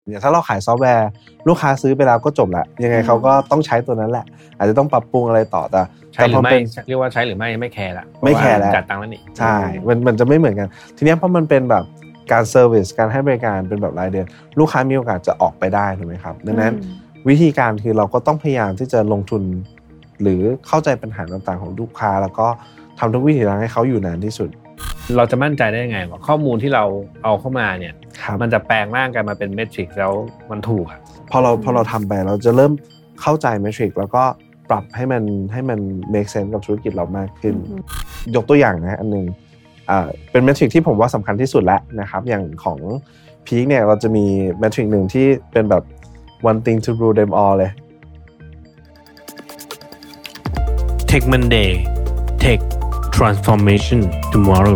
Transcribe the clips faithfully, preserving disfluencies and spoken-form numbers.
อย่างถ้าเราขายซอฟต์แวร์ลูกค้าซื้อไปแล้วก็จบละยังไงเขาก็ต้องใช้ตัวนั้นแหละอาจจะต้องปรับปรุงอะไรต่อแต่ใช้หรือไม่เรียกว่าใช้หรือไม่ไม่แคร์ละไม่แคร์แล้วจัดตังค์แล้วนี่ใช่มันมันจะไม่เหมือนกันทีนี้เพราะมันเป็นแบบการเซอร์วิสการให้บริการเป็นแบบรายเดือนลูกค้ามีโอกาสจะออกไปได้ถูกไหมครับดังนั้นวิธีการคือเราก็ต้องพยายามที่จะลงทุนหรือเข้าใจปัญหาต่างๆของลูกค้าแล้วก็ทำทุกวิถีทางให้เขาอยู่นานที่สุดเราจะมั่นใจได้ยังไงว่าข้อมูลที่เราเอาเข้ามาเนี่ยมันจะแปลงร่างกันมาเป็นเมทริกซ์แล้วมันถูกอ่ะพอเราพอเราทำไปเราจะเริ่มเข้าใจเมทริกซ์แล้วก็ปรับให้มันให้มัน make sense กับธุรกิจเรามากขึ้นยกตัวอย่างนะอันนึงอ่าเป็นเมทริกซ์ที่ผมว่าสำคัญที่สุดแล้วนะครับอย่างของพีคเนี่ยเราจะมีเมทริกซ์หนึ่งที่เป็นแบบ one thing to rule them all เลย Tech Monday Tech Transformation Tomorrow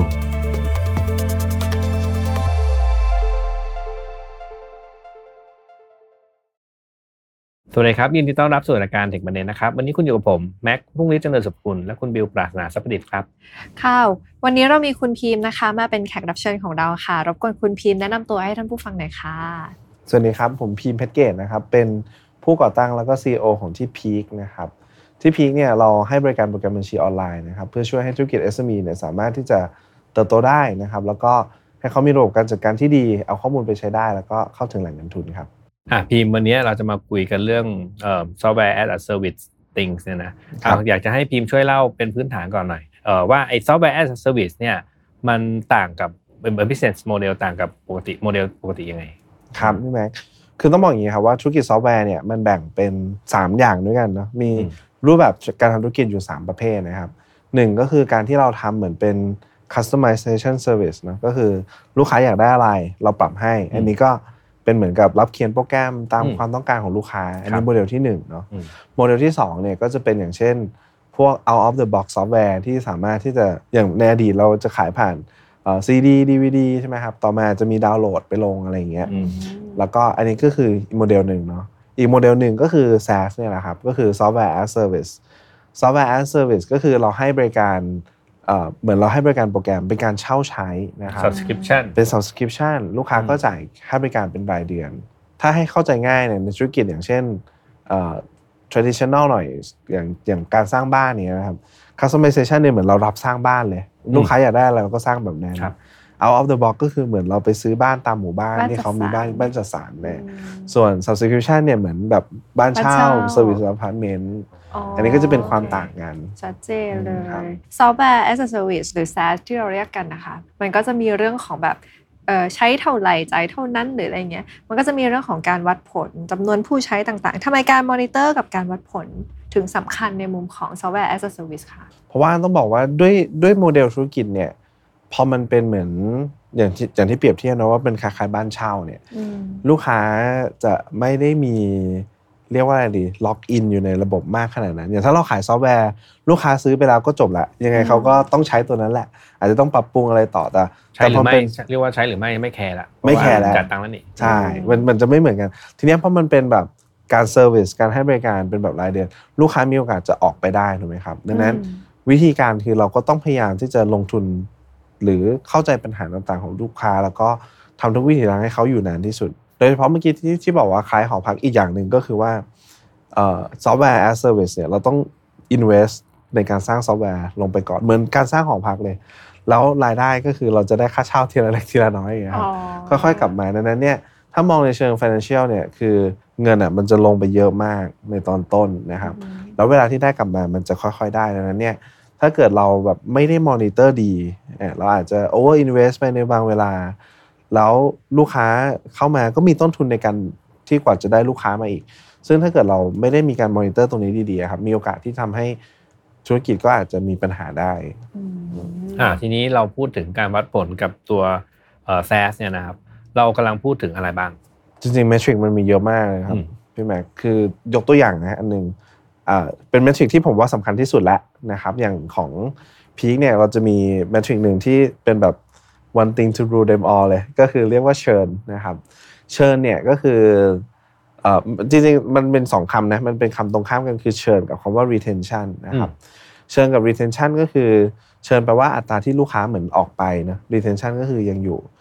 สวัสดีครับยินดีต้อนรับสู่รายการ Tech Monday นะครับวันนี้คุณอยู่กับผมแม็กรุ่งฤทธิ์เจริญสุขคุณและคุณบิวปราศนาทรัพย์ประดิษฐ์ครับค่ะวันนี้เรามีคุณพีมนะคะมาเป็นแขกรับเชิญของเราค่ะรบกวนคุณพีมแนะนำตัวให้ท่านผู้ฟังหน่อยค่ะสวัสดีครับผมพีมเพชรเกตนะครับเป็นผู้ก่อตั้งแล้วก็ ซี อี โอ ของที่พีคนะครับที่พีคเนี่ยเราให้บริการโปรแกรมบัญชีออนไลน์นะครับเพื่อช่วยให้ธุรกิจ เอส เอ็ม อี เนี่ยสามารถที่จะเติบโตได้นะครับแล้วก็ให้เขามีระบบการจัดการที่ดีเอาข้อมูลไปใช้ได้แล้วก็เข้าถึงแหล่งเงินทุนครับอ่ะพีมวันนี้เราจะมาคุยกันเรื่องเอ่อ software as a service things เนี่ยนะอยากจะให้พีมช่วยเล่าเป็นพื้นฐานก่อนหน่อยเอ่อว่าไอ้ software as a service เนี่ยมันต่างกับเป็น business model ต่างกับปกติโมเดลปกติยังไงครับพี่แม็กคือต้องบอกอย่างนี้ครับว่าธุรกิจซอฟต์แวร์เนี่ยมันแบ่งเป็นสามอย่างด้วยกันเนาะมีรูปแบบการทำธุรกิจอยู่สามประเภทนะครับหนึ่งก็คือการที่เราทำเหมือนเป็น customization service นะก็คือลูกค้าอยากได้อะไรเราปรับให้อันนี้ก็เป็นเหมือนกับรับเขียนโปรแกรมตามความต้องการของลูกค้าอันนี้โมเดลที่หนึ่งเนาะโมเดลที่สองเนี่ยก็จะเป็นอย่างเช่นพวก out of the box software ที่สามารถที่จะอย่างในอดีตเราจะขายผ่านเอ่อ ซี ดี ดี วี ดี ใช่ไหมครับต่อมาจะมีดาวน์โหลดไปลงอะไรอย่างเงี้ยแล้วก็อันนี้ก็คือโมเดลหนึ่งเนาะอีกโมเดลหนึ่งก็คือ SaaS เนี่ยแหละครับก็คือ software as service software as service ก็คือเราให้บริการเอ่อเหมือนเราให้บริการโปรแกรมเป็นการเช่าใช้นะครับ subscription เป็น subscription ลูกค้าก็จ่ายค่าบริการเป็นรายเดือนถ้าให้เข้าใจง่ายเนี่ยในธุรกิจอย่างเช่นเอ่อ traditional หน่อยอย่างอย่างการสร้างบ้านเนี่ยนะครับ customization เนี่ยเหมือนเรารับสร้างบ้านเลยลูกค้าอยากได้อะไรเราก็สร้างแบบนั้นout of the box ก็คือเหมือนเราไปซื้อบ้านตามหมู่บ้านที่เขามีบ้านบ้านจัดสรรเนี่ยส่วน subscription เนี่ยเหมือนแบบบ้านเช่า service apartment อันนี้ก็จะเป็นความต่างกันชัดเจนเลย software as a service หรือ SaaS ที่เราเรียกกันนะคะมันก็จะมีเรื่องของแบบเอ่อใช้เท่าไหร่จ่ายเท่านั้นหรืออะไรเงี้ยมันก็จะมีเรื่องของการวัดผลจำนวนผู้ใช้ต่างๆทำไมการมอนิเตอร์กับการวัดผลถึงสำคัญในมุมของ software as a service ค่ะเพราะว่าต้องบอกว่าด้วยด้วยโมเดลธุรกิจเนี่ยพอมันเป็นเหมือนอย่างที่อย่างที่เปรียบเทียบนะว่าเป็นคล้ายๆบ้านเช่าเนี่ยลูกค้าจะไม่ได้มีเรียกว่าอะไรดีล็อกอินอยู่ในระบบมากขนาดนั้นอย่างถ้าเราขายซอฟต์แวร์ลูกค้าซื้อไปแล้วก็จบละยังไงเขาก็ต้องใช้ตัวนั้นแหละอาจจะต้องปรับปรุงอะไรต่อแต่ใช้หรือไม่เรียกว่าใช้หรือไม่ไม่แคร์ละไม่แคร์แล้วจัดตังค์แล้วนี่ใช่มันมันจะไม่เหมือนกันทีนี้เพราะมันเป็นแบบการเซอร์วิสการให้บริการเป็นแบบรายเดือนลูกค้ามีโอกาสจะออกไปได้ถูกไหมครับดังนั้นวิธีการคือเราก็ต้องพยายามที่จะลงทุนหรือเข้าใจปัญหาต่างๆของลูกค้าแล้วก็ทำทุกวิถีทางให้เขาอยู่นานที่สุดโดยเฉพาะเมื่อกี้ที่ที่บอกว่าคล้ายหอพักอีกอย่างหนึ่งก็คือว่าเอ่อ software as service เนี่ยเราต้อง invest ในการสร้างซอฟต์แวร์ลงไปก่อนเหมือนการสร้างหอพักเลยแล้วรายได้ก็คือเราจะได้ค่าเช่าทีละเล็กทีละน้อยอย่างเงี้ยครับค่อยๆกลับมาดังนั้นเนี่ยถ้ามองในเชิง financial เนี่ยคือเงินอ่ะมันจะลงไปเยอะมากในตอนต้นนะครับแล้วเวลาที่ได้กลับมามันจะค่อยๆได้ดังนั้นเนี่ยถ้าเกิดเราแบบไม่ได้มอนิเตอร์ดีเราอาจจะ over invest ไปในบางเวลาแล้วลูกค้าเข้ามาก็มีต้นทุนในการที่กว่าจะได้ลูกค้ามาอีกซึ่งถ้าเกิดเราไม่ได้มีการมอนิเตอร์ตรงนี้ดีๆครับมีโอกาสที่ทำให้ธุรกิจก็อาจจะมีปัญหาได้อ่าทีนี้เราพูดถึงการวัดผลกับตัวเอ่อ SaaS เนี่ยนะครับเรากำลังพูดถึงอะไรบ้างจริงๆเมทริกมันมีเยอะมากเลยครับพี่แม็กคือยกตัวอย่างนะอันนึงอ่าเป็นเมทริกที่ผมว่าสำคัญที่สุดแล้วนะครับอย่างของพีคเนี่ยเราจะมีเมทริกหนึ่งที่เป็นแบบ one thing to rule them all เลยก็คือเรียกว่า churn นะครับ churn เนี่ยก็คือเอ่อจริงๆมันเป็นสองคำนะมันเป็นคำตรงข้ามกันคือ churn กับคำว่า retention นะครับ churn กับ retention ก็คือ churn แปลว่าอัตราที่ลูกค้าเหมือนออกไปนะ retention ก็คือยังอยู่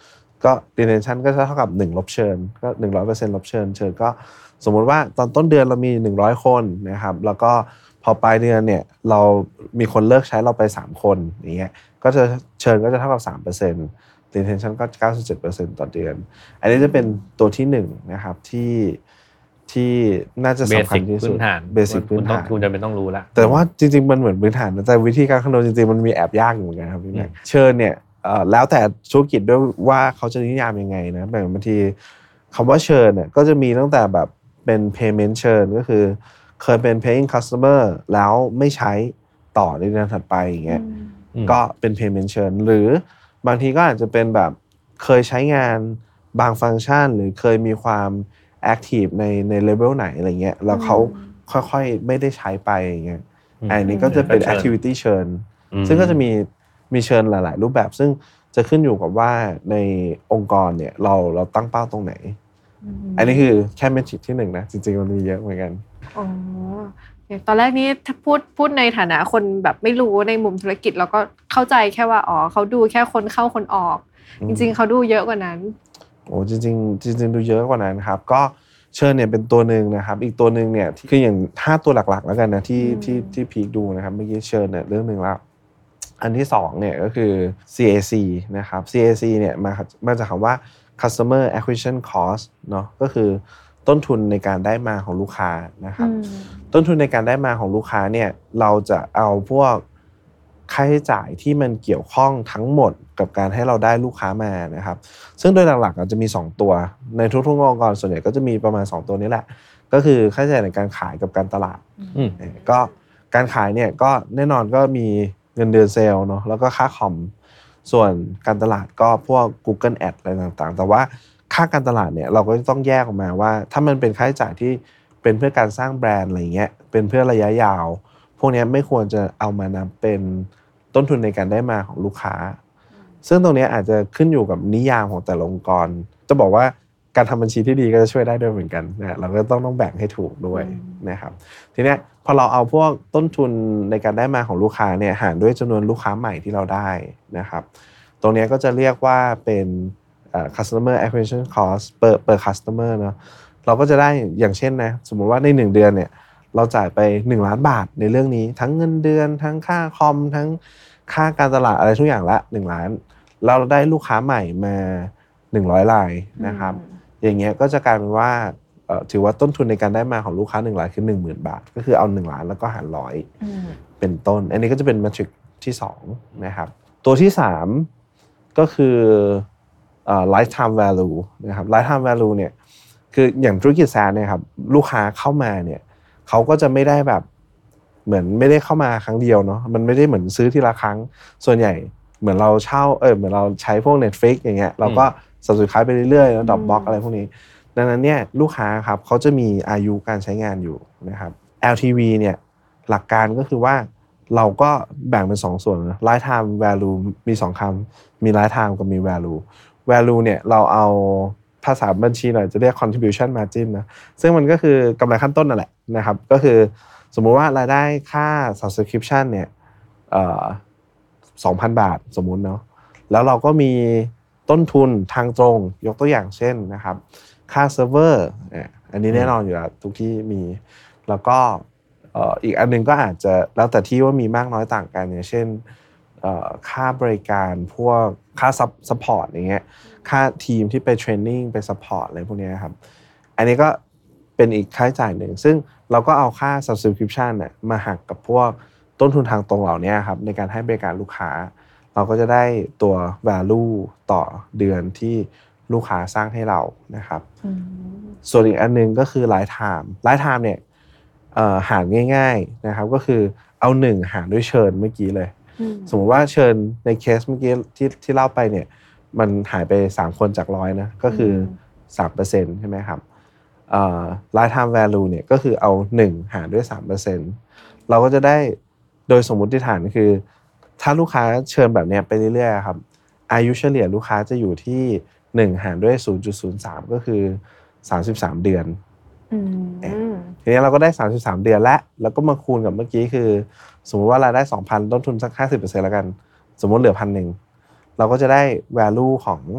ก็ retention ก็จะเท่ากับหนึ่งลบเชิญก็ หนึ่งร้อยเปอร์เซ็นต์ ลบเชิญเชิญก็สมมุติว่าตอนต้นเดือนเรามีหนึ่งร้อยคนนะครับแล้วก็พอปลายเดือนเนี่ยเรามีคนเลิกใช้เราไปสามคนอย่างเงี้ยก็จะเชิญก็จะเท่ากับ สามเปอร์เซ็นต์ retention ก็ เก้าสิบเจ็ดเปอร์เซ็นต์ ต่อเดือนอันนี้จะเป็นตัวที่หนึ่งนะครับที่ที่น่าจะสำคัญที่สุด basic พื้นฐานคุณจะไม่ต้องรู้ละแต่ว่าจริงๆมันเหมือนพื้นฐานแต่วิธีการคำนวณจริงๆมันมีแอบยากอยู่เหมือนกันครับพี่แม็กเชิญเนี่ยแล้วแต่ธุรกิจด้วยว่าเขาจะนิยามยังไงนะแบบบางทีคำว่าเชิญเนี่ยก็จะมีตั้งแต่แบบเป็น payment เชิญก็คือเคยเป็น paying customer แล้วไม่ใช้ต่อในเดือนถัดไปอย่างเงี้ยก็เป็น payment เชิญหรือบางทีก็อาจจะเป็นแบบเคยใช้งานบางฟังก์ชันหรือเคยมีความactive ในในเลเวลไหนอะไรเงี้ยแล้วเขาค่อยๆไม่ได้ใช้ไปอย่างเงี้ยอันนี้ก็จะเป็น activity เชิญซึ่งก็จะมีมีเชิญหลายๆรูปแบบซึ่งจะขึ้นอยู่กับว่าในองค์กรเนี่ยเราเราตั้งเป้าตรงไหนอันนี้คือแค่เมทริกที่หนึ่งนะจริงๆมันมีเยอะเหมือนกันอ๋อตอนแรกนี้ถ้าพูดพูดในฐานะคนแบบไม่รู้ในมุมธุรกิจเราก็เข้าใจแค่ว่าอ๋อเขาดูแค่คนเข้าคนออกจริงๆเขาดูเยอะกว่านั้นโอ้จริงๆจริงๆดูเยอะกว่านั้นครับก็เชิญเนี่ยเป็นตัวนึงนะครับอีกตัวนึงเนี่ยคืออย่างห้าตัวหลักๆแล้วกันนะที่ที่ที่พีคดูนะครับเมื่อกี้เชิญเนี่ยเรื่องนึงแล้วอันที่สองเนี่ยก็คือ ซี เอ ซี นะครับ ซี เอ ซี เนี่ยมามาจากคำว่า customer acquisition cost เนาะก็คือต้นทุนในการได้มาของลูกค้านะครับต้นทุนในการได้มาของลูกค้าเนี่ยเราจะเอาพวกค่าใช้จ่ายที่มันเกี่ยวข้องทั้งหมดกับการให้เราได้ลูกค้ามานะครับซึ่งโดยหลักๆอาจจะมีสองตัวในทุกๆองค์กรส่วนใหญ่ก็จะมีประมาณสองตัวนี้แหละก็คือค่าใช้จ่ายในการขายกับการตลาดก็การขายเนี่ยก็แน่นอนก็มีเงินเดือนเซลล์เนาะแล้วก็ค่าคอมส่วนการตลาดก็พวก Google Ads อะไรต่างๆแต่ว่าค่าการตลาดเนี่ยเราก็ต้องแยกออกมาว่าถ้ามันเป็นค่าใช้จ่ายที่เป็นเพื่อการสร้างแบรนด์อะไรเงี้ยเป็นเพื่อระยะยาวพวกนี้ไม่ควรจะเอามานับเป็นต้นทุนในการได้มาของลูกค้าซึ่งตรงนี้อาจจะขึ้นอยู่กับนิยามของแต่ละองค์กรจะบอกว่าการทำบัญชีที่ดีก็จะช่วยได้ด้วยเหมือนกันนะเราก็ต้องต้องแบ่งให้ถูกด้วยนะครับทีนี้พอเราเอาพวกต้นทุนในการได้มาของลูกค้าเนี่ยหารด้วยจำนวนลูกค้าใหม่ที่เราได้นะครับตรงนี้ก็จะเรียกว่าเป็นcustomer acquisition cost per per customer เนาะเราก็จะได้อย่างเช่นนะสมมุติว่าในหนึ่งเดือนเนี่ยเราจ่ายไปหนึ่งล้านบาทในเรื่องนี้ทั้งเงินเดือนทั้งค่าคอมทั้งค่าการตลาดอะไรทุกอย่างละหนึ่งล้านเราได้ลูกค้าใหม่มาหนึ่งร้อยรายนะครับอย่างเงี้ยก็จะกลายเป็นว่าเอ่อถือว่าต้นทุนในการได้มาของลูกค้าหนึ่งรายคือ หนึ่งหมื่น บาทก็คือเอาหนึ่งล้านแล้วก็หารร้อยเป็นต้นอันนี้ก็จะเป็นเมทริกที่สองนะครับตัวที่สามก็คือเอ่อ lifetime value นะครับ lifetime value เนี่ยคืออย่างธุรกิจแซนเนี่ยครับลูกค้าเข้ามาเนี่ยเขาก็จะไม่ได้แบบเหมือนไม่ได้เข้ามาครั้งเดียวเนาะมันไม่ได้เหมือนซื้อทีละครั้งส่วนใหญ่เหมือนเราเช่าเออเหมือนเราใช้พวก Netflix อย่างเงี้ยเราก็ subscribe ไปเรื่อยๆแล้ว Dropbox อะไรพวกนี้ดังนั้นเนี่ยลูกค้าครับเขาจะมีอายุการใช้งานอยู่นะครับ แอล ที วี เนี่ยหลักการก็คือว่าเราก็แบ่งเป็นสองส่วนนะ lifetime value มีสองคำมี lifetime กับมี value value เนี่ยเราเอาภาษาบัญชีหน่อยจะเรียก contribution margin นะซึ่งมันก็คือกำไรขั้นต้นนั่นแหละนะครับก็คือสมมุติว่ารายได้ค่า subscription เนี่ยเอ่อ สองพัน บาทสมมุติเนาะแล้วเราก็มีต้นทุนทางตรงยกตัวอย่างเช่นนะครับค่าเซิร์ฟเวอร์อันนี้แน่นอนอยู่แล้วทุกที่มีแล้วก็เอ่ออีกอันนึงก็อาจจะแล้วแต่ที่ว่ามีมากน้อยต่างกันอย่างเช่นเอ่อค่าบริการพวกค่าซัพพอร์ตอย่างเงี้ยค่าทีมที่ไปเทรนนิ่งไปซัพพอร์ตอะไรพวกนี้ครับอันนี้ก็เป็นอีกค่าใช้จ่ายหนึ่งซึ่งเราก็เอาค่า subscription น่ะมาหักกับพวกต้นทุนทางตรงเหล่านี้ครับในการให้บริการลูกค้าเราก็จะได้ตัว value ต่อเดือนที่ลูกค้าสร้างให้เรานะครับส่วนอีกอันนึงก็คือ lifetime lifetime เนี่ยเอ่อหารง่ายๆนะครับก็คือเอาหนึ่งหารด้วยเชิญเมื่อกี้เลยสมมุติว่าเชิญในเคสเมื่อกี้ที่ที่เล่าไปเนี่ยมันหายไปสามคนจากร้อยนะก็คือ สามเปอร์เซ็นต์ ใช่ไหมครับเอ่อ lifetime value เนี่ยก็คือเอาหนึ่งหารด้วย สามเปอร์เซ็นต์ เราก็จะได้โดยสมมุติฐานคือถ้าลูกค้าเชิญแบบนี้ไปเรื่อยๆครับอายุเฉลี่ยลูกค้าจะอยู่ที่หนึ่งหารด้วย ศูนย์จุดศูนย์สาม ก็คือสามสิบสามเดือนทีนี้เราก็ได้สามสิบสามเดือนแล้วแล้วก็มาคูณกับเมื่อกี้คือสมมุติว่ารายได้ สองพัน ต้นทุนสัก ห้าสิบเปอร์เซ็นต์ แล้วกันสมมุติเหลือ หนึ่งพัน เราก็จะได้ value ของ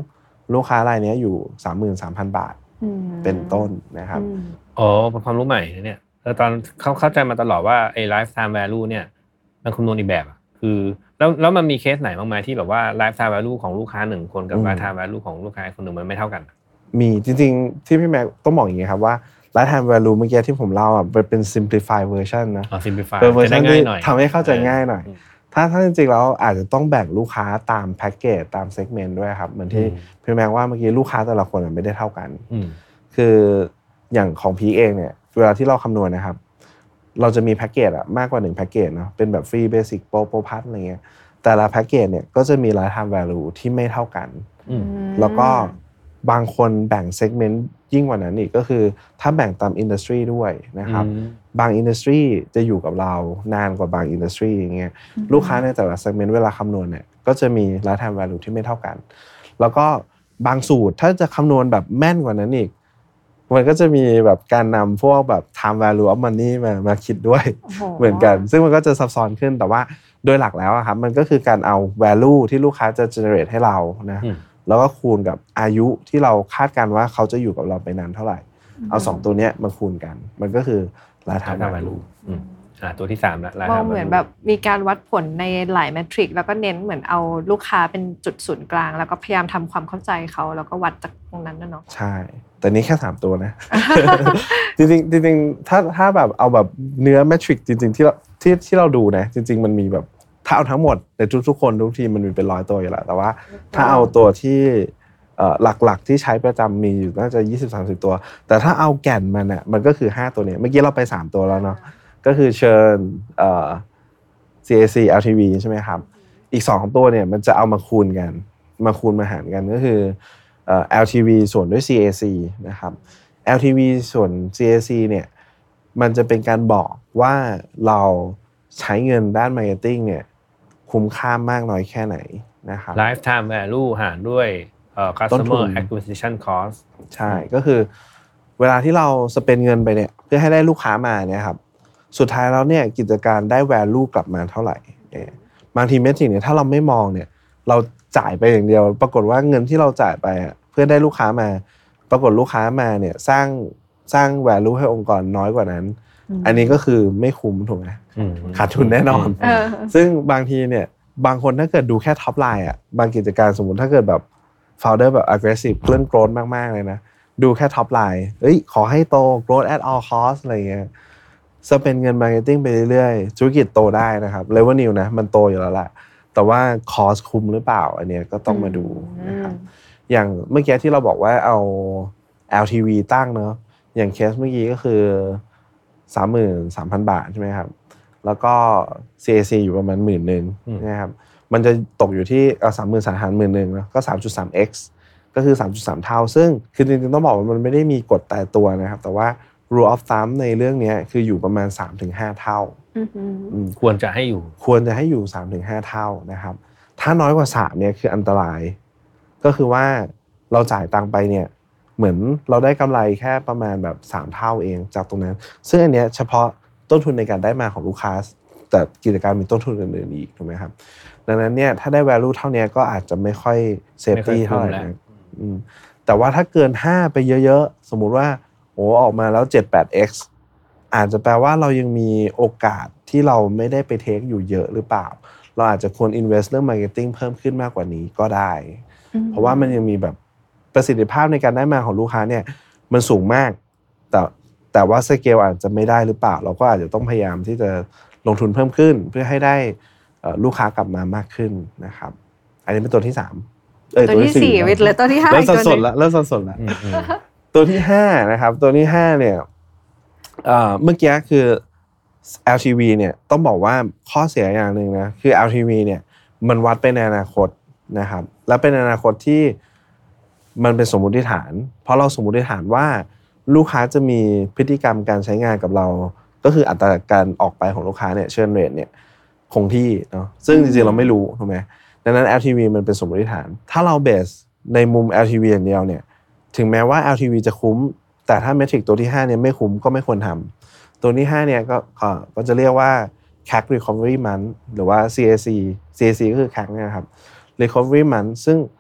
ลูกค้ารายนี้อยู่ สามหมื่นสามพัน บาทเป็นต้นนะครับอ๋อเป็นความรู้ใหม่เนี่ยแล้วตอนเขาเข้าใจมาตลอดว่าไอ้ lifetime value เนี่ยมันคำนวณอีกแบบอ่ะคือแล้วแล้วมันมีเคสไหนบ้างไหมที่แบบว่า lifetime value ของลูกค้าหนึ่งคนกับ lifetime value ของลูกค้าคนหนึ่งมันไม่เท่ากันมีจริงๆที่พี่แม็กต้องบอกอย่างงี้ครับว่า lifetime value เมื่อกี้ที่ผมเล่าอ่ะเป็น simplify version นะอ๋อ simplify เป็น version ที่ทำให้เข้าใจง่ายหน่อยถ้าถ้าจริงๆแล้วอาจจะต้องแบ่งลูกค้าตามแพ็กเกจตามเซกเมนต์ด้วยครับเหมือนที่พี่แม็กว่าเมื่อกี้ลูกค้าแต่ละคนไม่ได้เท่ากันคืออย่างของพีเองเนี่ยเวลาที่เราคำนวณนะครับเราจะมีแพ็กเกจอะมากกว่าหนึ่งแพ็กเกจเนาะเป็นแบบฟรีเบสิกโปรโปรพัทอะไรเงี้ยแต่ละแพ็กเกจเนี่ยก็จะมี lifetime value ที่ไม่เท่ากันแล้วก็บางคนแบ่งเซกเมนต์ยิ่งกว่านั้นอีกก็คือถ้าแบ่งตามอินดัสทรีด้วยนะครับบางอินดัสทรีจะอยู่กับเรานานกว่าบางอินดัสทรีอย่างเงี้ยลูกค้าในแต่ละเซกเมนต์เวลาคำนวณเนี่ยก็จะมี lifetime value ที่ไม่เท่ากันแล้วก็บางสูตรถ้าจะคำนวณแบบแม่นกว่านั้นอีกมันก็จะมีแบบการนำพวกแบบ time value of money มามาคิดด้วย เหมือนกันซึ่งมันก็จะซับซ้อนขึ้นแต่ว่าโดยหลักแล้วครับมันก็คือการเอา value ที่ลูกค้าจะ generate ให้เรานะแล้วก็คูณกับอายุที่เราคาดการว่าเขาจะอยู่กับเราไปนานเท่าไหร่เอาสองตัวเนี้ยมาคูณกันมันก็คือ lifetime value อ่าตัวที่สามละมองเหมือนแบบมีการวัดผลในหลายเมทริกแล้วก็เน้นเหมือนเอาลูกค้าเป็นจุดศูนย์กลางแล้วก็พยายามทำความเข้าใจเขาแล้วก็วัดจากตรงนั้นนะเนาะใช่แต่นี้แค่สามตัวนะ จริงๆจริงๆถ้าถ้าแบบเอาแบบเนื้อเมทริกจริงๆที่เราที่ที่เราดูนะจริงๆมันมีแบบถ้าเอาทั้งหมดในทุกๆคนทุกทีมันมีเป็นร้อยตัวอยู่แล้วแต่ว่าถ้าเอาตัวที่หลักๆที่ใช้ประจำมีอยู่น่าจะ ยี่สิบถึงสามสิบ ตัวแต่ถ้าเอาแก่นมันน่ะมันก็คือห้าตัวนี้เมื่อกี้เราไปสามตัวแล้วเนาะก็คือเชิญเอ่อ ซี เอ ซี แอล ที วี ใช่ไหมครับอีกสองตัวเนี่ยมันจะเอามาคูณกันมาคูณมาหารกันก็คือเอ่อ แอล ที วี ส่วนด้วย ซี เอ ซี นะครับ แอล ที วี ส่วน ซี เอ ซี เนี่ยมันจะเป็นการบอกว่าเราใช้เงินด้าน marketing เนี่ยคุ้มค่ามากน้อยแค่ไหนนะครับ lifetime value หารด้วยเอ่อ customer acquisition cost ใช่ก็คือเวลาที่เราสเปนเงินไปเนี่ยเพื่อให้ได้ลูกค้ามาเนี่ยครับสุดท้ายแล้วเนี่ยกิจการได้ value กลับมาเท่าไหร่บางทีเมทริกเนี่ยถ้าเราไม่มองเนี่ยเราจ่ายไปอย่างเดียวปรากฏว่าเงินที่เราจ่ายไปเพื่อได้ลูกค้ามาปรากฏลูกค้ามาเนี่ยสร้างสร้าง value ให้องค์กรน้อยกว่านั้นอันนี้ก็คือไม่คุ้มถูกไหมขาดทุนแน่นอนซึ่งบางทีเนี่ยบางคนถ้าเกิดดูแค่ท็อปไลน์อ่ะบางกิจการสมมุติถ้าเกิดแบบ founder แบบ aggressive เรื่อง growth มากๆเลยนะดูแค่ท็อปไลน์เอ้ยขอให้โต growth at all cost อะไรเงี้ยสเปนเงิน marketing ไปเรื่อยๆธุรกิจโตได้นะครับ revenue นะมันโตอยู่แล้วแหละแต่ว่า cost คุ้มหรือเปล่าอันเนี้ยก็ต้องมาดูนะครับอย่างเมื่อกี้ที่เราบอกว่าเอา แอล ที วี ตั้งเนาะอย่างเคสเมื่อกี้ก็คือ สามหมื่นสามพัน บาทใช่ไหมครับแล้วก็ ซี เอ ซี อยู่ประมาณ หมื่น นึงนะครับมันจะตกอยู่ที่เอา สามหมื่น สามหาร หมื่น นึงเนาะก็ สามจุดสาม เอ็กซ์ ก็คือ สามจุดสาม เท่าซึ่งคือจริงๆต้องบอกว่ามันไม่ได้มีกฎตายตัวนะครับแต่ว่า rule of thumb ในเรื่องนี้คืออยู่ประมาณ สามถึงห้า เท่าควรจะให้อยู่ควรจะให้อยู่ สามถึงห้า เท่านะครับถ้าน้อยกว่าสามเนี่ยคืออันตรายก็คือว่าเราจ่ายตังค์ไปเนี่ยเหมือนเราได้กำไรแค่ประมาณแบบสามเท่าเองจากตรงนั้นซึ่งอันเนี้ยเฉพาะต้นทุนในการได้มาของลูกค้าแต่กิจการมีต้นทุนอื่นๆอีกถูกไหมครับดังนั้นเนี่ยถ้าได้ value เท่านี้ก็อาจจะไม่ค่อยเซฟตี้เท่าไหร่นะแต่ว่าถ้าเกินห้าไปเยอะๆสมมุติว่าโอ้ออกมาแล้ว เจ็ด แปด เอ็กซ์ อาจจะแปลว่าเรายังมีโอกาสที่เราไม่ได้ไปเทคอยู่เยอะหรือเปล่าเราอาจจะควร invest เรื่อง marketing เพิ่มขึ้นมากกว่านี้ก็ได้เพราะว่ามันยังมีแบบประสิทธิภาพในการได้มาของลูกค้าเนี่ยมันสูงมากแต่แต่ว่าสเกลอาจจะไม่ได้หรือเปล่าเราก็อาจจะต้องพยายามที่จะลงทุนเพิ่มขึ้นเพื่อให้ได้ลูกค้ากลับมามากขึ้นนะครับอันนี้เป็นตัวที่สามเออตัวที่สี่วิทย์เลยตัวที่ห้าเริ่มสดๆแล้วเริ่มสดๆแล้วตัวที่ห้านะครับตัวที่ห้าเนี่ยเอ่อเมื่อกี้คือ แอล ที วี เนี่ยต้องบอกว่าข้อเสียอย่างนึงนะคือ แอล ที วี เนี่ยมันวัดไปในอนาคตนะครับและเป็นอนาคตที่มันเป็นสมมุติฐานเพราะเราสมมุติฐานว่าลูกค้าจะมีพฤติกรรมการใช้งานกับเราก็คืออัตราการออกไปของลูกค้าเนี่ยเชิญเรทเนี่ยคงที่เนาะซึ่งจริงๆเราไม่รู้ถูกไหมดังนั้น แอล ที วี มันเป็นสมมุติฐานถ้าเราเบสในมุม แอล ที วี อย่างเดียวเนี่ยถึงแม้ว่า แอล ที วี จะคุ้มแต่ถ้าเมทริกตัวที่ห้าเนี่ยไม่คุ้มก็ไม่ควรทำตัวที่ห้าเนี่ยก็ก็จะเรียกว่า ซี เอ ซี Recovery Month หรือว่า ซี เอ ซี ซี เอ ซี ก็คือ ซี เอ ซี นะครับ Recovery Month ซึ่ง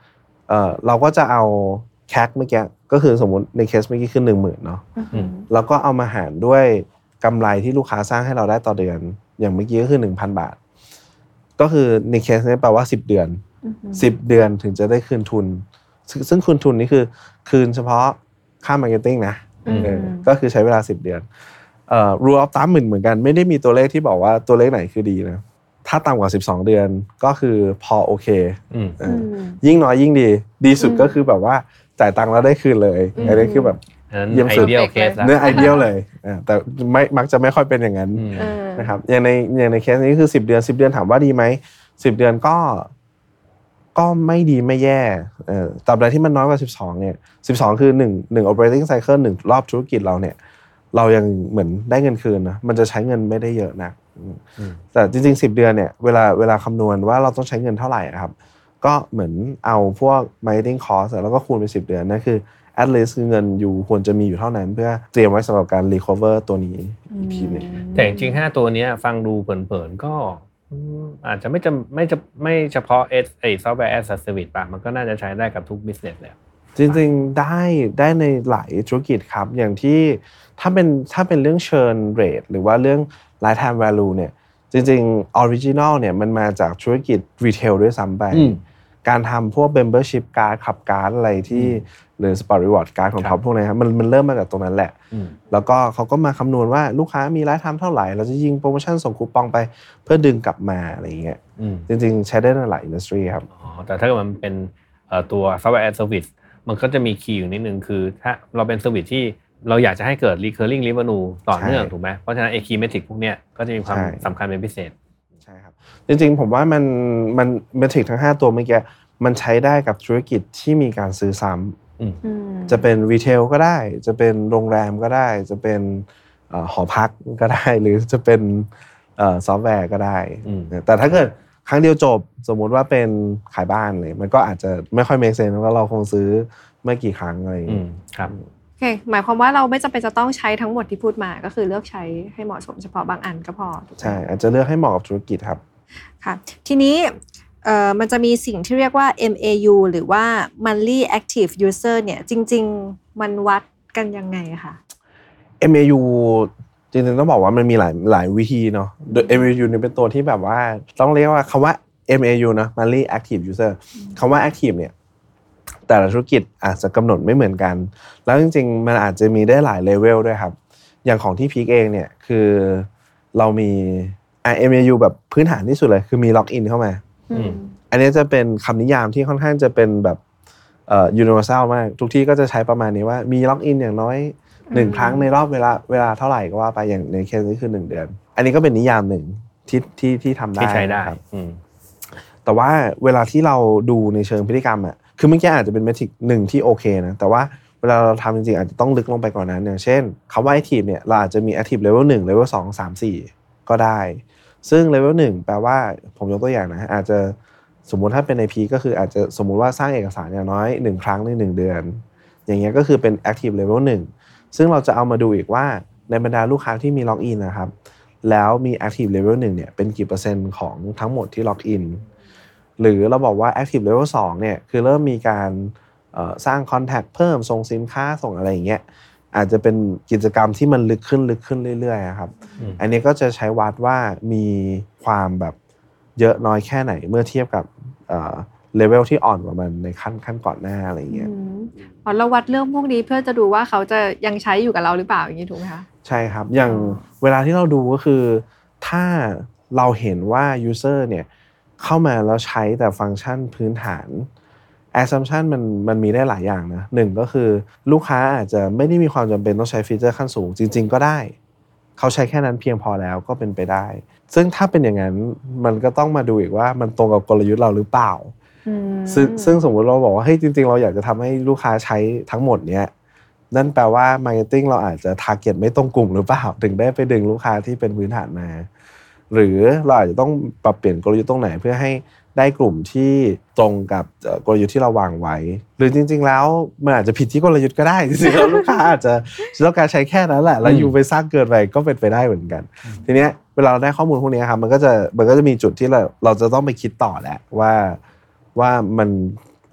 เอ่อเราก็จะเอาแค เมื่อกี้ก็คือสมมุติในเคสเมื่อกี้คือ หนึ่งหมื่น เนาะแล้วก็เอามาหารด้วยกำไรที่ลูกค้าสร้างให้เราได้ต่อเดือนอย่างเมื่อกี้ก็คือ หนึ่งพัน บาทก็คือในเคสนี้แปลว่าสิบเดือนสิบเดือนถึงจะได้คืนทุนซึ่งคืนทุนนี่คือคืนเฉพาะค่ามาร์เก็ตติ้งนะเออก็คือใช้เวลาสิบเดือนเอ่อ rule of thumb เหมือนกันไม่ได้มีตัวเลขที่บอกว่าตัวเลขไหนคือดีนะถ้าต่ำกว่าสิบสองเดือนก็คือพอโอเคเออยิ่งน้อยยิ่งดีดีสุดก็คือแบบว่าจ่ายตังค์แล้วได้คืนเลยอันนี้คือแบบเยี่ยมสุดเนื้อไอเดียลเลยแต่ไม่มักจะไม่ค่อยเป็นอย่างนั้นนะครับอย่างในอย่างในเคสนี้คือสิบเดือนสิบเดือนถามว่าดีไหมสิบเดือนก็ก็ไม่ดีไม่แย่เอ่อตราบใดที่มันน้อยกว่าสิบสองเนี่ยสิบสองคือหนึ่ง หนึ่ง operating cycle หนึ่งรอบธุรกิจเราเนี่ยเรายังเหมือนได้เงินคืนนะมันจะใช้เงินไม่ได้เยอะนักแต่จริงๆสิบเดือนเนี่ยเวลาเวลาคำนวณว่าเราต้องใช้เงินเท่าไหร่ครับก็เหมือนเอาพวก marketing cost แล้วก็คูณไปสิบเดือนนั่นคือ at least คือเงินอยู่ควรจะมีอยู่เท่านั้นเพื่อเตรียมไว้สำหรับการ recover ตัวนี้อีกทีนึงแต่จริงๆห้าตัวนี้ฟังดูเผินๆก็อาจจะไม่จะไม่จะไม่เฉพาะเอสไอซอฟต์แวร์แอสเซอร์วิสป่ะมันก็น่าจะใช้ได้กับทุก business เลยจริงๆได้ได้ในหลายธุรกิจครับอย่างที่ถ้าเป็นถ้าเป็นเรื่อง churn rate หรือว่าเรื่อง lifetime value เนี่ยจริงๆ original เนี่ยมันมาจากธุรกิจ retail ด้วยซ้ำไปการทำพวก membership card ขับการ์ดอะไรที่หรือ sport reward card ของเขาพวกนี้ครับมันมันเริ่มมาจากตรงนั้นแหละแล้วก็เขาก็มาคำนวณว่าลูกค้ามี lifetime เท่าไหร่เราจะยิงโปรโมชั่นส่งคูปองไปเพื่อดึงกลับมาอะไรอย่างเงี้ยจริงๆใช้ได้ในหลาย industry ครับอ๋อแต่ถ้าเกิดมันเป็นตัว software as service มันก็จะมีคีย์อยู่นิดนึงคือถ้าเราเป็น service ที่เราอยากจะให้เกิด recurring revenue ต่อเนื่องถูกไหมเพราะฉะนั้นไอ้ key metric พวกเนี้ยก็จะมีความสำคัญเป็นพิเศษใช่ครับจริงๆผมว่ามันมัน metric ทั้งห้าตัวเมื่อกี้มันใช้ได้กับธุรกิจที่มีการซื้อซ้ำจะเป็นรีเทลก็ได้จะเป็นโรงแรมก็ได้จะเป็นหอพักก็ได้หรือจะเป็นซอฟต์แวร์ก็ได้แต่ถ้าเกิดครั้งเดียวจบสมมุติว่าเป็นขายบ้านเลยมันก็อาจจะไม่ค่อย make sense ว่าเราคงซื้อไม่กี่ครั้งอะไรอย่างนี้ครับโอเคหมายความว่าเราไม่จำเป็นจะต้องใช้ทั้งหมดที่พูดมาก็คือเลือกใช้ให้เหมาะสมเฉพาะบางอันก็พอใช่อาจจะเลือกให้เหมาะกับธุรกิจครับค่ะทีนี้เอ่อมันจะมีสิ่งที่เรียกว่า เอ็ม เอ ยู หรือว่า monthly active user เนี่ยจริงๆมันวัดกันยังไงคะเอ็ม เอ ยู จริงๆต้องบอกว่ามันมีหลายหลายวิธีเนาะโดย เอ็ม เอ ยู นี่เป็นตัวที่แบบว่าต้องเรียกว่าคำว่า เอ็ม เอ ยู นะ monthly active user คำว่า active เนี่ยแต่ละธุรกิจอาจจะกำหนดไม่เหมือนกันแล้วจริงๆมันอาจจะมีได้หลายเลเวลด้วยครับอย่างของที่พีคเองเนี่ยคือเรามี เอ็ม เอ ยู แบบพื้นฐานที่สุดเลยคือมีล็อกอินเข้ามาอันนี้จะเป็นคำนิยามที่ค่อนข้างจะเป็นแบบเอ่อ universal มากทุกที่ก็จะใช้ประมาณนี้ว่ามีล็อกอินอย่างน้อยหนึ่งครั้งในรอบเวลาเวลาเท่าไหร่ก็ว่าไปอย่างในเคสนี้คือหนึ่งเดือนอันนี้ก็เป็นนิยามหนึ่งที่ที่ที่ทำได้ที่ใช้ได้แต่ว่าเวลาที่เราดูในเชิงพฤติกรรมอ่ะคือเมื่อกี้อาจจะเป็นเมทริกหนึ่งที่โอเคนะแต่ว่าเวลาเราทำจริงๆอาจจะต้องลึกลงไปกว่านั้นอย่างเช่นคำว่า active เนี่ยเราอาจจะมี active level หนึ่ง level สอง สาม สี่ก็ได้ซึ่ง level หนึ่งแปลว่าผมยกตัวอย่างนะอาจจะสมมุติถ้าเป็นใน P ก็คืออาจจะสมมุติว่าสร้างเอกสารอย่างน้อยหนึ่งครั้งในหนึ่งเดือนอย่างเงี้ยก็คือเป็น active level หนึ่งซึ่งเราจะเอามาดูอีกว่าในบรรดาลูกค้าที่มีล็อกอินนะครับแล้วมี active level หนึ่งเนี่ยเป็นกี่เปอร์เซ็นต์ของทั้งหมดที่ล็อกอินหรือเราบอกว่า active level สองเนี่ยคือเริ่มมีการสร้าง contact เพิ่มส่งสินค้าส่งอะไรอย่างเงี้ยอาจจะเป็นกิจกรรมที่มันลึกขึ้นลึกขึ้นเรื่อยๆครับอันนี้ก็จะใช้วัดว่ามีความแบบเยอะน้อยแค่ไหนเมื่อเทียบกับเลเวลที่อ่อนกว่ามันในขั้นขั้นก่อนหน้าอะไรอย่างเงี้ยอ๋อเราวัดเรื่องพวกนี้เพื่อจะดูว่าเขาจะยังใช้อยู่กับเราหรือเปล่าอย่างนี้ถูกไหมคะใช่ครับอย่างเวลาที่เราดูก็คือถ้าเราเห็นว่า user เนี่ยเข้ามาแล้วใช้แต่ฟังก์ชันพื้นฐาน assumption มันมันมีได้หลายอย่างนะหนึ่งก็คือลูกค้าอาจจะไม่ได้มีความจำเป็นต้องใช้ฟีเจอร์ขั้นสูงจริงๆก็ได้เขาใช้แค่นั้นเพียงพอแล้วก็เป็นไปได้ซึ่งถ้าเป็นอย่างนั้นมันก็ต้องมาดูอีกว่ามันตรงกับกลยุทธ์เราหรือเปล่าซึ่งซึ่งสมมุติเราบอกว่าเฮ้ยจริงๆเราอยากจะทำให้ลูกค้าใช้ทั้งหมดเนี้ยนั่นแปลว่า marketing เราอาจจะ target ไม่ตรงกลุ่มหรือเปล่าถึงได้ไปดึงลูกค้าที่เป็นพื้นฐานมาหรือเราอาจจะต้องปรับเปลี่ยนกลยุทธ์ตรงไหนเพื่อให้ได้กลุ่มที่ตรงกับกลยุทธ์ที่เราวางไว้หรือจริงๆแล้วมันอาจจะผิดที่กลยุทธ์ก็ได้จริงๆแล้วลูกค้าอาจจะต้องการใช้แค่นั้นแหละแล้วอยู่ไปสร้างเกินไปก็เป็นไปได้เหมือนกันทีเนี้ยเวลาเราได้ข้อมูลพวกนี้ครับมันก็จะมันก็จะมีจุดที่เราเราจะต้องไปคิดต่อแหละว่าว่ามัน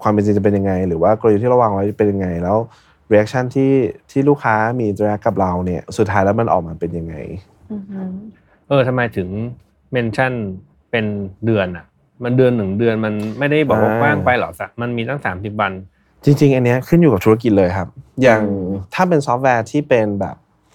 ความเป็นจริงจะเป็นยังไงหรือว่ากลยุทธ์ที่เราวางไว้เป็นยังไงแล้ว reaction ที่ที่ลูกค้ามี interact กับเราเนี่ยสุดท้ายแล้วมันออกมาเป็นยังไงเออทำไมถึงเมนชั่นเป็นเดือนอ่ะมันเดือนหนึ่งเดือนมันไม่ได้บอกว่ากว้างไปหรอกสักมันมีตั้งสามสิบวันจริงๆอันนี้ขึ้นอยู่กับธุรกิจเลยครับอย่างถ้าเป็นซอฟต์แวร์ที่เป็นแบบ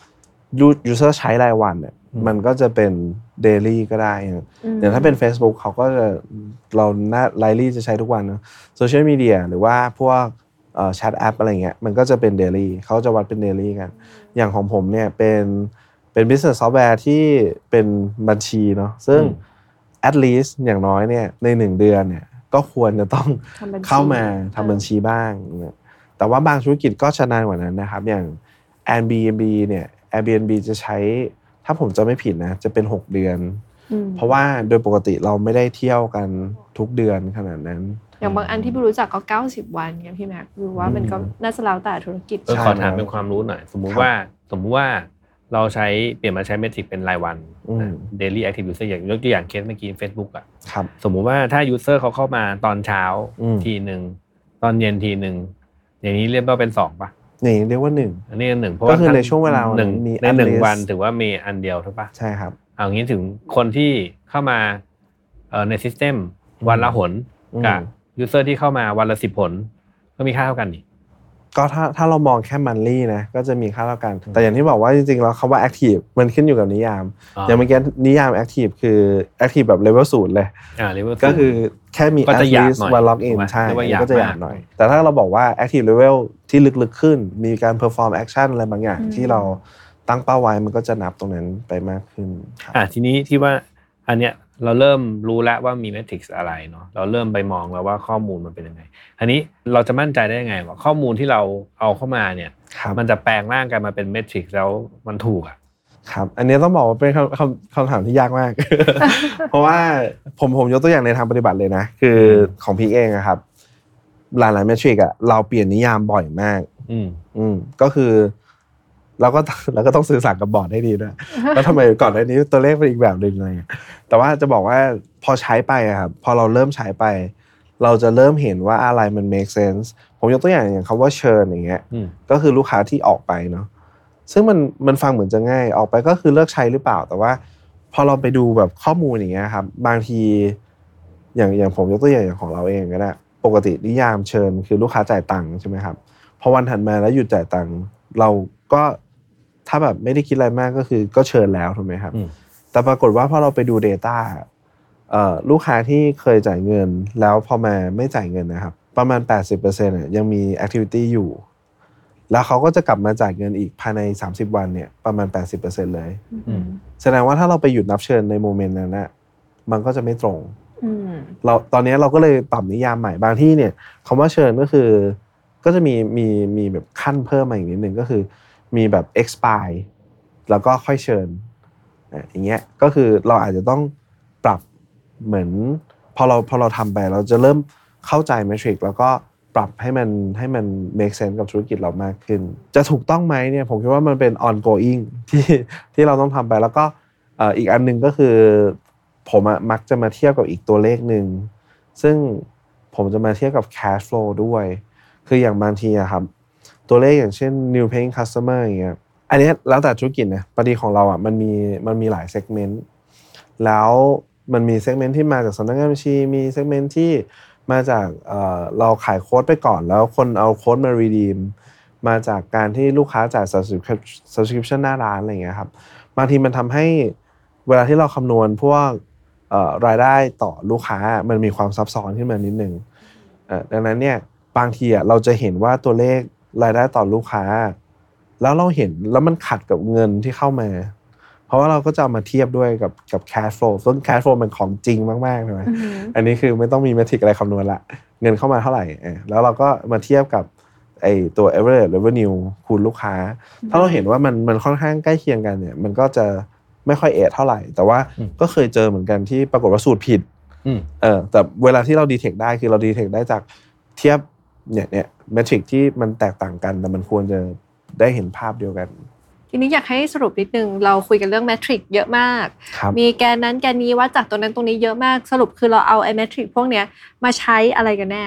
user ใช้รายวันเนี่ยมันก็จะเป็น daily ก็ได้อย่างถ้าเป็น Facebook เขาก็จะเราน่า daily จะใช้ทุกวันนะโซเชียลมีเดียหรือว่าพวกเอ่อแชทแอปอะไรเงี้ยมันก็จะเป็น daily เขาจะวัดเป็น daily กันอย่างของผมเนี่ยเป็นเป็น business software ที่เป็นบัญชีเนาะซึ่ง at least อย่างน้อยเนี่ยในหนึ่งเดือนเนี่ยก็ควรจะต้องเข้ามาทำบัญชีบ้างแต่ว่าบางธุรกิจก็ชนานกว่านั้นนะครับอย่าง Airbnb เนี่ย Airbnb จะใช้ถ้าผมจะไม่ผิดนะจะเป็นหกเดือนเพราะว่าโดยปกติเราไม่ได้เที่ยวกันทุกเดือนขนาดนั้นอย่างบางอันที่พี่รู้จักก็เก้าสิบวันไงพี่แม็กรู้ว่ามันก็น่าจะแล้วแต่ธุรกิจเออขอถามเป็นความรู้หน่อยสมมุติว่าสมมุติว่าเราใช้เปลี่ยนมาใช้เมทริกเป็นรายวัน daily active user อย่างยกตัวอย่างเคสเมื่อกี้ Facebook อ่ะสมมุติว่าถ้า user เขาเข้ามาตอนเช้าทีนึงตอนเย็นทีนึงอย่างนี้เรียกว่าเป็นสองป่ะนี่เรียกว่าหนึ่งอันนี้หนึ่งเพราะก็คือในช่วงเวลาหนึ่งในหนึ่งวันถือว่ามีอันเดียวถูกป่ะใช่ครับเอางี้ถึงคนที่เข้ามาเอ่อในซิสเต็มวันละหนกับยูเซอร์ที่เข้ามาวันละสิบผลก็มีค่าเท่ากันดิก็ถ้าถ้าเรามองแค่มันลี่นะก็จะมีค่าเท่ากันแต่อย่างที่บอกว่าจริงๆแล้วคำว่า active มันขึ้นอยู่กับนิยามอย่างเมื่อกี้นิยาม active คือ active แบบ level ศูนย์เลยอ่า level ก็คือแค่มี at least one login ใช่ก็จะหยาบหน่อยแต่ถ้าเราบอกว่า active level ที่ลึกๆขึ้นมีการ perform action อะไรบางอย่างที่เราตั้งเป้าไว้มันก็จะนับตรงนั้นไปมากขึ้นอ่าทีนี้ที่ว่าอันเนี้ยเราเริ่มรู้แล้วว่ามีเมทริกซ์อะไรเนาะเราเริ่มไปมองแล้วว่าข้อมูลมันเป็นยังไงอันนี้เราจะมั่นใจได้ยังไงว่าข้อมูลที่เราเอาเข้ามาเนี่ยมันจะแปลงร่างกันมาเป็นเมทริกซ์แล้วมันถูกอ่ะครับอันนี้ต้องบอกว่าเป็นคำคำคำถามที่ยากมาก เพราะว่าผมผมยกตัวอย่างในทางปฏิบัติเลยนะคือของพีเองอะครับหลายๆเมทริกอะเราเปลี่ยนนิยามบ่อยมากอืมอืมก็คือเราก็เราก็ต้องสื่อสารกับบอร์ดให้ดีด้วยแล้วทำไมก่อนหน้านี้ตัวเลขเป็นอีกแบบนึงอะไรแต่ว่าจะบอกว่าพอใช้ไปอะครับพอเราเริ่มใช้ไปเราจะเริ่มเห็นว่าอะไรมัน make sense ผมยกตัวอย่างอย่างคำว่า churn อย่างเงี้ยก็คือลูกค้าที่ออกไปเนาะซึ่งมันมันฟังเหมือนจะง่ายออกไปก็คือเลิกใช้หรือเปล่าแต่ว่าพอเราไปดูแบบข้อมูลอย่างเงี้ยครับบางทีอย่างอย่างผมยกตัวอย่างอย่างของเราเองก็ได้ปกตินิยาม churn คือลูกค้าจ่ายตังค์ใช่ไหมครับพอวันถัดมาแล้วหยุดจ่ายตังค์เราก็ถ้าแบบไม่ได้คิดอะไรมากก็คือก็เชิญแล้วถูกไหมครับแต่ปรากฏว่าพอเราไปดู data เอ่อลูกค้าที่เคยจ่ายเงินแล้วพอมาไม่จ่ายเงินนะครับประมาณ แปดสิบเปอร์เซ็นต์ อ่ะยังมี activity อยู่แล้วเขาก็จะกลับมาจ่ายเงินอีกภายในสามสิบวันเนี่ยประมาณ แปดสิบเปอร์เซ็นต์ เลยแสดงว่าถ้าเราไปหยุดนับเชิญในโมเมนต์นั้นน่ะมันก็จะไม่ตรงเราตอนนี้เราก็เลยปรับนิยามใหม่บางที่เนี่ยคำว่าเชิญก็คือก็จะมีมีมีแบบขั้นเพิ่มมาอีกนิดนึงก็คือมีแบบ expire แล้วก็ค่อยเชิญอย่างเงี้ยก็คือเราอาจจะต้องปรับเหมือนพอเราพอเราทำไปเราจะเริ่มเข้าใจเมทริกแล้วก็ปรับให้มันให้มัน make sense กับธุรกิจเรามากขึ้นจะถูกต้องไหมเนี่ยผมคิดว่ามันเป็น ongoing ที่ที่เราต้องทำไปแล้วก็อีกอันนึงก็คือผมมักจะมาเทียบกับอีกตัวเลขนึงซึ่งผมจะมาเทียบกับ cash flow ด้วยคืออย่างบางทีอะครับตัวเลขอย่างเช่น new paying customer อย่างเงี้ยอันนี้แล้วแต่ธุรกิจนะพอดีของเราอ่ะมันมีมันมีหลาย segment แล้วมันมี segment ที่มาจากสำนักงานบัญชีมี segment ที่มาจากเอ่อเราขายโค้ดไปก่อนแล้วคนเอาโค้ดมา redeem มาจากการที่ลูกค้าจ่าย subscription หน้าร้านอะไรอย่างเงี้ยครับบางทีมันทำให้เวลาที่เราคำนวณพวกเอ่อรายได้ต่อลูกค้ามันมีความซับซ้อนขึ้นมานิดนึงเอ่อดังนั้นเนี่ยบางทีอ่ะเราจะเห็นว่าตัวเลขรายได้ต่อลูกค้าแล้วเราเห็นแล้วมันขัดกับเงินที่เข้ามาเพราะว่าเราก็จะเอามาเทียบด้วยกับกับ cash flow ซึ่ง cash flow มันของจริงมากๆใช่ไหม mm-hmm. อันนี้คือไม่ต้องมีเมทริกอะไรคำนวณละเงินเข้ามาเท่าไหร่แล้วเราก็มาเทียบกับไอ้ตัว average revenue คูณลูกค้า mm-hmm. ถ้าเราเห็นว่ามันมันค่อนข้างใกล้เคียงกันเนี่ยมันก็จะไม่ค่อยเอทเท่าไหร่แต่ว่า mm-hmm. ก็เคยเจอเหมือนกันที่ปรากฏว่าสูตรผิด mm-hmm. เออแต่เวลาที่เรา detect ได้คือเรา detect ได้จากเทียบเนี่ยเนี่ยเมทริกที่มันแตกต่างกันแต่มันควรจะได้เห็นภาพเดียวกันทีนี้อยากให้สรุปนิดนึงเราคุยกันเรื่องเมทริกเยอะมากมีแกนนั้นแกนนี้วัดจากตรงนั้นตรงนี้เยอะมากสรุปคือเราเอาไอ้เมทริกพวกเนี้ยมาใช้อะไรกันแน่คะ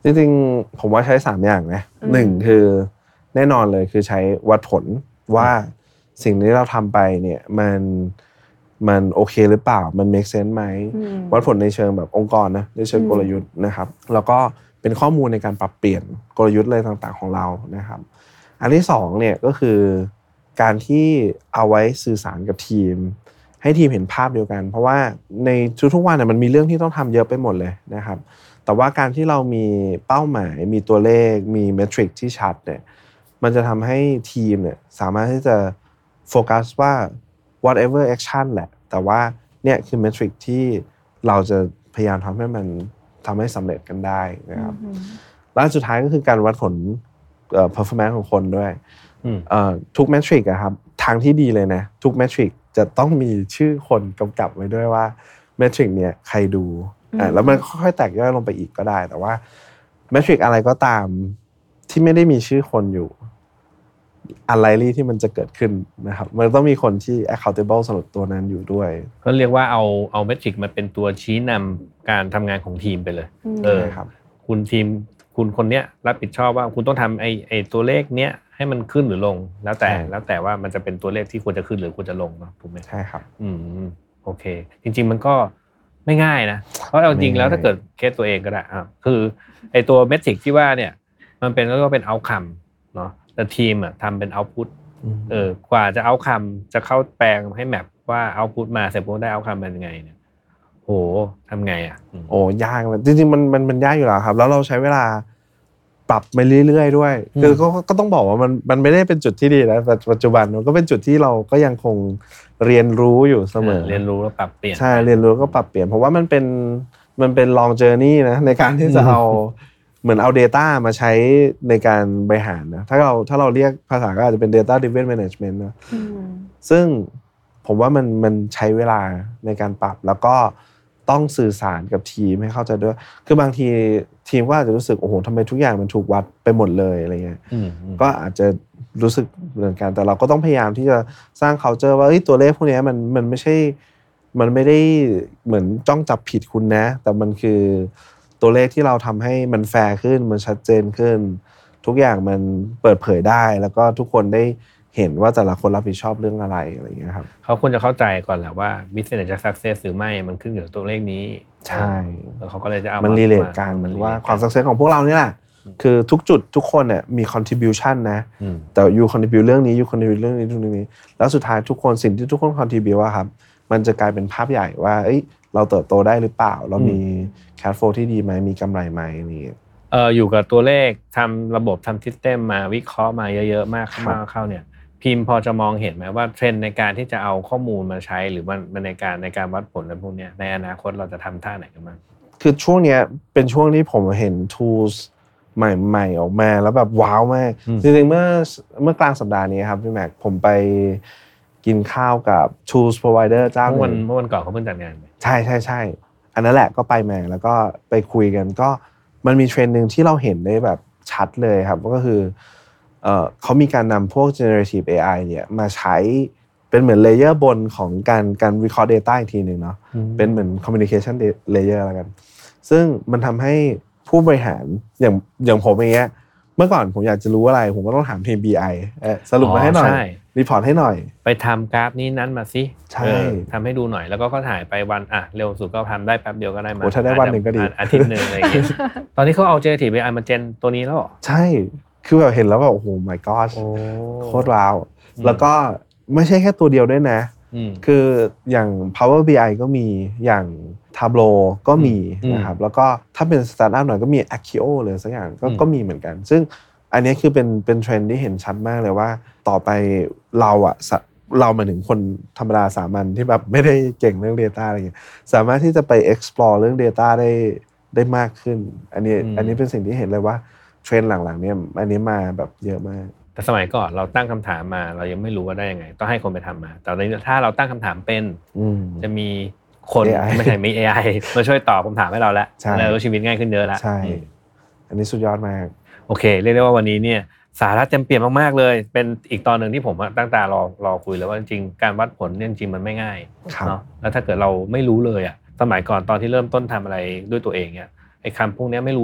จริงๆผมว่าใช้สามอย่างนะหนึ่งคือแน่นอนเลยคือใช้วัดผลว่าสิ่งที่เราทำไปเนี่ยมันมันโอเคหรือเปล่ามัน make sense ไหมวัดผลในเชิงแบบองค์กรนะในเชิงกลยุทธ์นะครับแล้วก็เป็นข้อมูลในการปรับเปลี่ยนกลยุทธ์อะไรต่างๆของเรานะครับอันที่สองเนี่ยก็คือการที่เอาไว้สื่อสารกับทีมให้ทีมเห็นภาพเดียวกันเพราะว่าในทุกๆวันเนี่ยมันมีเรื่องที่ต้องทำเยอะไปหมดเลยนะครับแต่ว่าการที่เรามีเป้าหมายมีตัวเลขมีเมทริกที่ชัดเนี่ยมันจะทำให้ทีมเนี่ยสามารถที่จะโฟกัสว่า whatever action แหละแต่ว่าเนี่ยคือเมทริกที่เราจะพยายามทำให้มันทำให้สำเร็จกันได้นะครับและสุดท้ายก็คือการวัดผลเอ่อ performance ของคนด้วยเอ่อทุกเมทริกอะครับทางที่ดีเลยนะทุกเมทริกจะต้องมีชื่อคนกำกับไว้ด้วยว่าเมทริกเนี่ยใครดูอ่าแล้วมันค่อยๆแตกย่อยลงไปอีกก็ได้แต่ว่าเมทริกอะไรก็ตามที่ไม่ได้มีชื่อคนอยู่อะไรที่มันจะเกิดขึ้นนะครับมันต้องมีคนที่ accountable สำหรับตัวนั้นอยู่ด้วยก็เรียกว่าเอาเอาเมทริกมาเป็นตัวชี้นำการทำงานของทีมไปเลยเออครับคุณทีมคุณคนเนี้ยรับผิดชอบว่าคุณต้องทำไอ้ไอ้ตัวเลขเนี้ยให้มันขึ้นหรือลงแล้วแต่แล้วแต่ว่ามันจะเป็นตัวเลขที่ควรจะขึ้นหรือควรจะลงเนาะถูกไหมใช่ครับอืมโอเคจริงๆมันก็ไม่ง่ายนะเพราะเอาจริงแล้วถ้าเกิดเคสตัวเองก็ได้อ่ะคือไอ้ตัวเมทริกที่ว่าเนี่ยมันเป็นก็เป็นเอาท์คัมเนาะแต่ทีมอ่ะทำเป็นเอาท์พุตเออกว่าจะเอาท์คัมจะเข้าแปลงให้แมปว่าเอาท์พุตมาเสร็จปุ๊บได้เอาท์คัมเป็นยังไงเนี่ยโหทำไงอ่ะโอ้ยากเลยจริงๆมันมันมันยากอยู่แล้วครับแล้วเราใช้เวลาปรับไปเรื่อยๆด้วยคือก็ก็ต้องบอกว่ามันมันไม่ได้เป็นจุดที่ดีนะปัจจุบันมันก็เป็นจุดที่เราก็ยังคงเรียนรู้อยู่เสมอเรียนรู้แล้วปรับเปลี่ยนใช่เรียนรู้ก็ปรับเปลี่ยนเพราะว่ามันเป็นมันเป็น long journey นะในการที่จะเอาเหมือนเอา data มาใช้ในการบริหารนะถ้าเราถ้าเราเรียกภาษาก็อาจจะเป็น data driven management นะซึ่งผมว่ามันมันใช้เวลาในการปรับแล้วก็ต้องสื่อสารกับทีมให้เข้าใจด้วยคือบางทีทีมก็อาจจะรู้สึกโอ้โหทำไมทุกอย่างมันถูกวัดไปหมดเลยอะไรเงี้ยก็อาจจะรู้สึกเหมือนกันแต่เราก็ต้องพยายามที่จะสร้าง culture ว่าเอ้ยตัวเลขพวกนี้มันมันไม่ใช่มันไม่ได้เหมือนจ้องจับผิดคุณนะแต่มันคือตัวเลขที่เราทำให้มันแฟร์ขึ้นมันชัดเจนขึ้นทุกอย่างมันเปิดเผยได้แล้วก็ทุกคนได้เห็นว่าแต่ละคนรับผิดชอบเรื่องอะไรอะไรอย่างเงี้ยครับเขาควรจะเข้าใจก่อนแหละว่า business จะ success หรือไม่มันขึ้นอยู่กับตัวเลขนี้ใช่แล้วเขาก็เลยจะเอามันรีเลทกันมันว่าความ success ของพวกเรานี่แหละคือทุกจุดทุกคนเนี่ยมี contribution นะแต่ you contribute เรื่องนี้ you contribute เรื่องนี้ตรงนี้แล้วสุดท้ายทุกคนสิ่งที่ทุกคน contribute ว่าครับมันจะกลายเป็นภาพใหญ่ว่าเอ้ยเราเติบโตได้หรือเปล่าเรามี cash flow ที่ดีไหมมีกำไรไหมนี่เอออยู่กับตัวเลขทำระบบทำ system มาวิเคราะห์มาเยอะๆมากเข้าเข้าเนี่ยพิมพ์พอจะมองเห็นไหมว่าเทรนด์ในการที่จะเอาข้อมูลมาใช้หรือมันในการในการวัดผลอะไรพวกนี้ในอนาคตเราจะทำท่าไหนกันบ้างคือช่วงเนี้ยเป็นช่วงที่ผมเห็น tools ใหม่ๆออกมาแล้วแบบว้าวมากจริงๆเมื่อเมื่อกลางสัปดาห์นี้ครับพี่แม็กผมไปกินข้าวกับ tools provider เจ้าเมื่อวันเมื่อวันก่อนเขาเพิ่งจัดงานใช่ใช่ใช่อันนั้นแหละก็ไปมาแล้วก็ไปคุยกันก็มันมีเทรนด์นึงที่เราเห็นได้แบบชัดเลยครับก็คือเอ่อเขามีการนำพวก generative เอ ไอ เนี่ยมาใช้เป็นเหมือนเลเยอร์บนของการการวิเคราะห์ data อีกทีนึงเนาะเป็นเหมือน communication layer แล้วกันซึ่งมันทำให้ผู้บริหารอย่างอย่างผมอย่างเงี้ยเมื่อก่อนผมอยากจะรู้อะไรผมก็ต้องถามทีม บี ไอ เอ่อสรุปมาให้หน่อยรีพอร์ตให้หน่อยไปทำกราฟนี้นั้นมาสิใช่ทำให้ดูหน่อยแล้วก็ก็ถ่ายไปวันอ่ะเร็วสุดก็ทำได้แป๊บเดียวก็ได้มาโอ้ถ้าได้วันหนึ่งก็ดีอาทิตย์นึงอะไรอย่างเงี้ยตอนนี้เขาเอา generative เอ ไอ มาเจนตัวนี้แล้วเหรอใช่คือแบบเห็นแล้วแบบโอ้โห my god โคตรว้าวแล้วก็ไม่ใช่แค่ตัวเดียวด้วยนะคืออย่าง Power บี ไอ ก็มีอย่าง Tableau ก็มีนะครับแล้วก็ถ้าเป็นสตาร์ทอัพหน่อยก็มี Accio เลยสักอย่างก็ก็มีเหมือนกันซึ่งอันนี้คือเป็นเป็นเทรนด์ที่เห็นชัดมากเลยว่าต่อไปเราอะเราหมายถึงคนธรรมดาสามัญที่แบบไม่ได้เก่งเรื่อง data อะไรอย่างเงี้ยสามารถที่จะไป explore เรื่อง data ได้ได้มากขึ้นอันนี้อันนี้เป็นสิ่งที่เห็นเลยว่าเทรนด์หลังๆเนี่ยอันนี้มาแบบเยอะมากแต่สมัยก่อนเราตั้งคำถามมาเรายังไม่รู้ว่าได้ยังไงต้องให้คนไปทำมาแต่ตอนนี้ถ้าเราตั้งคำถามเป็นจะมีคนไม่ใช่มี เอ ไอ มาช่วยตอบคำถามให้เราแล้วแล้วชีวิตง่ายขึ้นเยอะแล้วใช่อันนี้สุดยอดมากโอเคเรียกได้ว่าวันนี้เนี่ยสาระเต็มเปี่ยมมากๆเลยเป็นอีกตอนนึงที่ผมตั้งตารอรอคุยแล้วว่าจริงๆการวัดผลเนี่ยจริงๆมันไม่ง่ายเนาะแล้วถ้าเกิดเราไม่รู้เลยอ่ะสมัยก่อนตอนที่เริ่มต้นทำอะไรด้วยตัวเองเนี่ยไอ้คำพวกนี้ไม่รู้หรอก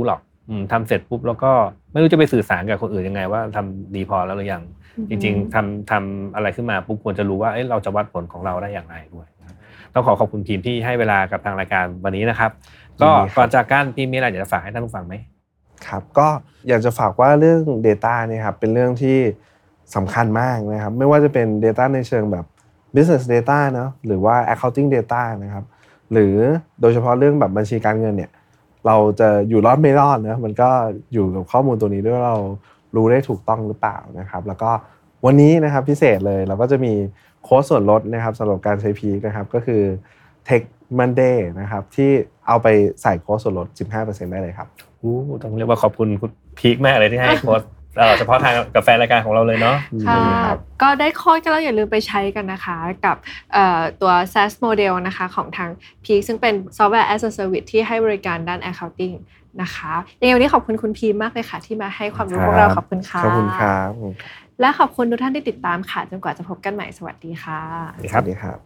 ทำเสร็จปุ๊บแล้วก็ไม่รู้จะไปสื่อสารกับคนอื่นยังไงว่าทำดีพอแล้วหรือยังจริงๆทำทำอะไรขึ้นมาปุ๊บควรจะรู้ว่าเราจะวัดผลของเราได้อย่างไรด้วยต้องขอขอบคุณพีมที่ให้เวลากับทางรายการวันนี้นะครับก็ก่อนจากกันพีมมีอะไรอยากจะฝากให้ท่านผู้ฟังไหมครับก็อยากจะฝากว่าเรื่อง data เนี่ยครับเป็นเรื่องที่สำคัญมากนะครับไม่ว่าจะเป็น data ในเชิงแบบ business data เนาะหรือว่า accounting data นะครับหรือโดยเฉพาะเรื่องแบบบัญชีการเงินเนี่ยเราจะอยู่รอดไม่รอดนะมันก็อยู่กับข้อมูลตัวนี้ด้วยเรารู้ได้ถูกต้องหรือเปล่านะครับแล้วก็วันนี้นะครับพิเศษเลยเราก็จะมีโค้ดส่วนลดนะครับสำหรับการใช้พีคนะครับก็คือ Tech Monday นะครับที่เอาไปใส่โค้ดส่วนลด สิบห้าเปอร์เซ็นต์ ได้เลยครับอู้ต้องเรียกว่าขอบคุณคุณพีคมากเลยที่ให้โค้ดเฉพาะทางกับแฟนรายการของเราเลยเนาะค่ะก็ได้โค้ดกันแล้วอย่าลืมไปใช้กันนะคะกับตัว แซส Model นะคะของทาง Peak ซึ่งเป็น Software as a Service ที่ให้บริการด้าน Accounting นะคะยังไงวันนี้ขอบคุณคุณพีมากเลยค่ะที่มาให้ความรู้พวกเราขอบคุณค่ะขอบคุณครับและขอบคุณทุกท่านที่ติดตามค่ะจนกว่าจะพบกันใหม่สวัสดีค่ะสวัสดีครับ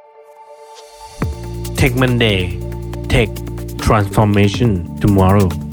Tech Monday Tech Transformation Tomorrow